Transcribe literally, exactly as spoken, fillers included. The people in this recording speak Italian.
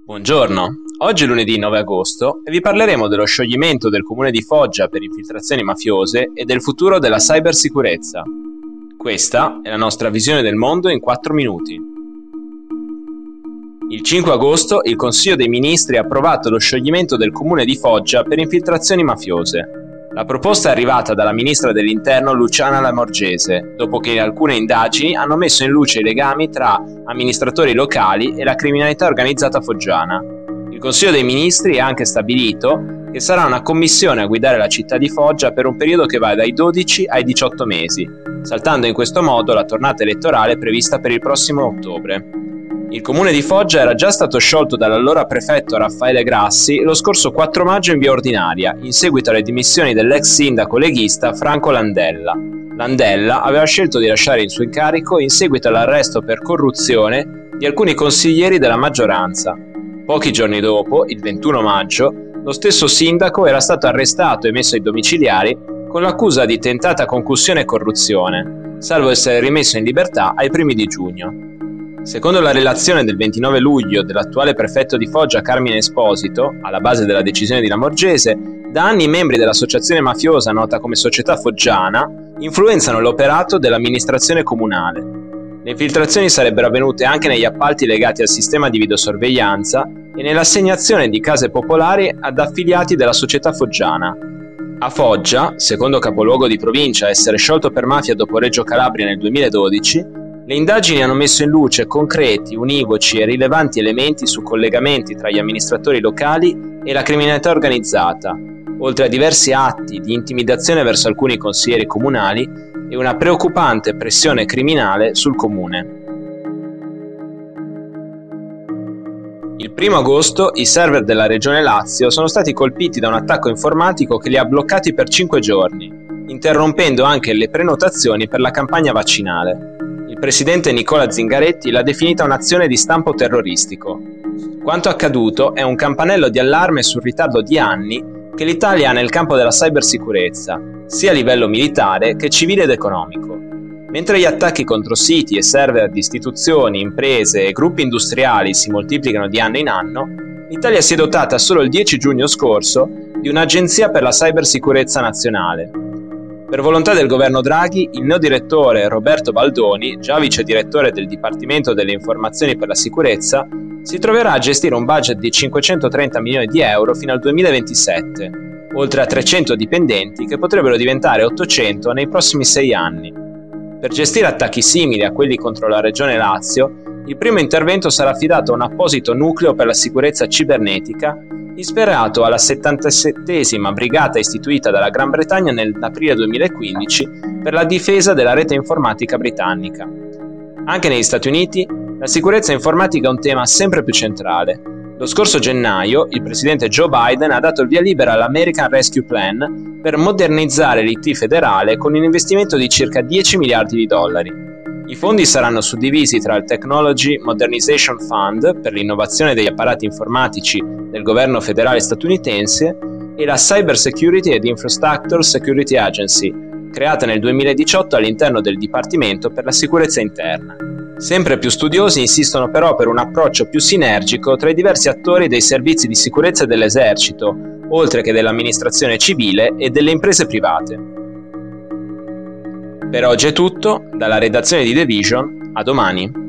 Buongiorno, oggi è lunedì nove agosto e vi parleremo dello scioglimento del comune di Foggia per infiltrazioni mafiose e del futuro della cybersicurezza. Questa è la nostra visione del mondo in quattro minuti. Il cinque agosto il Consiglio dei Ministri ha approvato lo scioglimento del comune di Foggia per infiltrazioni mafiose. La proposta è arrivata dalla ministra dell'Interno Luciana Lamorgese, dopo che alcune indagini hanno messo in luce i legami tra amministratori locali e la criminalità organizzata foggiana. Il Consiglio dei Ministri ha anche stabilito che sarà una commissione a guidare la città di Foggia per un periodo che va dai dodici ai diciotto mesi, saltando in questo modo la tornata elettorale prevista per il prossimo ottobre. Il comune di Foggia era già stato sciolto dall'allora prefetto Raffaele Grassi lo scorso quattro maggio in via ordinaria, in seguito alle dimissioni dell'ex sindaco leghista Franco Landella. Landella aveva scelto di lasciare il suo incarico in seguito all'arresto per corruzione di alcuni consiglieri della maggioranza. Pochi giorni dopo, il ventuno maggio, lo stesso sindaco era stato arrestato e messo ai domiciliari con l'accusa di tentata concussione e corruzione, salvo essere rimesso in libertà ai primi di giugno. Secondo la relazione del ventinove luglio dell'attuale prefetto di Foggia Carmine Esposito, alla base della decisione di Lamorgese, da anni i membri dell'associazione mafiosa nota come Società Foggiana influenzano l'operato dell'amministrazione comunale. Le infiltrazioni sarebbero avvenute anche negli appalti legati al sistema di videosorveglianza e nell'assegnazione di case popolari ad affiliati della Società Foggiana. A Foggia, secondo capoluogo di provincia a essere sciolto per mafia dopo Reggio Calabria nel duemiladodici, le indagini hanno messo in luce concreti, univoci e rilevanti elementi su collegamenti tra gli amministratori locali e la criminalità organizzata, oltre a diversi atti di intimidazione verso alcuni consiglieri comunali e una preoccupante pressione criminale sul comune. Il primo agosto i server della Regione Lazio sono stati colpiti da un attacco informatico che li ha bloccati per cinque giorni, interrompendo anche le prenotazioni per la campagna vaccinale. Il presidente Nicola Zingaretti l'ha definita un'azione di stampo terroristico. Quanto accaduto è un campanello di allarme sul ritardo di anni che l'Italia ha nel campo della cybersicurezza, sia a livello militare che civile ed economico. Mentre gli attacchi contro siti e server di istituzioni, imprese e gruppi industriali si moltiplicano di anno in anno, l'Italia si è dotata solo il dieci giugno scorso di un'agenzia per la cybersicurezza nazionale. Per volontà del governo Draghi, il neodirettore Roberto Baldoni, già vice direttore del Dipartimento delle Informazioni per la Sicurezza, si troverà a gestire un budget di cinquecentotrenta milioni di euro fino al duemilaventisette, oltre a trecento dipendenti che potrebbero diventare ottocento nei prossimi sei anni. Per gestire attacchi simili a quelli contro la Regione Lazio, il primo intervento sarà affidato a un apposito nucleo per la sicurezza cibernetica ispirato alla settantasettesima brigata istituita dalla Gran Bretagna nell'aprile duemilaquindici per la difesa della rete informatica britannica. Anche negli Stati Uniti, la sicurezza informatica è un tema sempre più centrale. Lo scorso gennaio, il presidente Joe Biden ha dato il via libera all'American Rescue Plan per modernizzare l'I T federale con un investimento di circa dieci miliardi di dollari. I fondi saranno suddivisi tra il Technology Modernization Fund per l'innovazione degli apparati informatici del governo federale statunitense e la Cyber Security and Infrastructure Security Agency, creata nel duemiladiciotto all'interno del Dipartimento per la Sicurezza Interna. Sempre più studiosi insistono però per un approccio più sinergico tra i diversi attori dei servizi di sicurezza dell'esercito, oltre che dell'amministrazione civile e delle imprese private. Per oggi è tutto, dalla redazione di The Vision, a domani.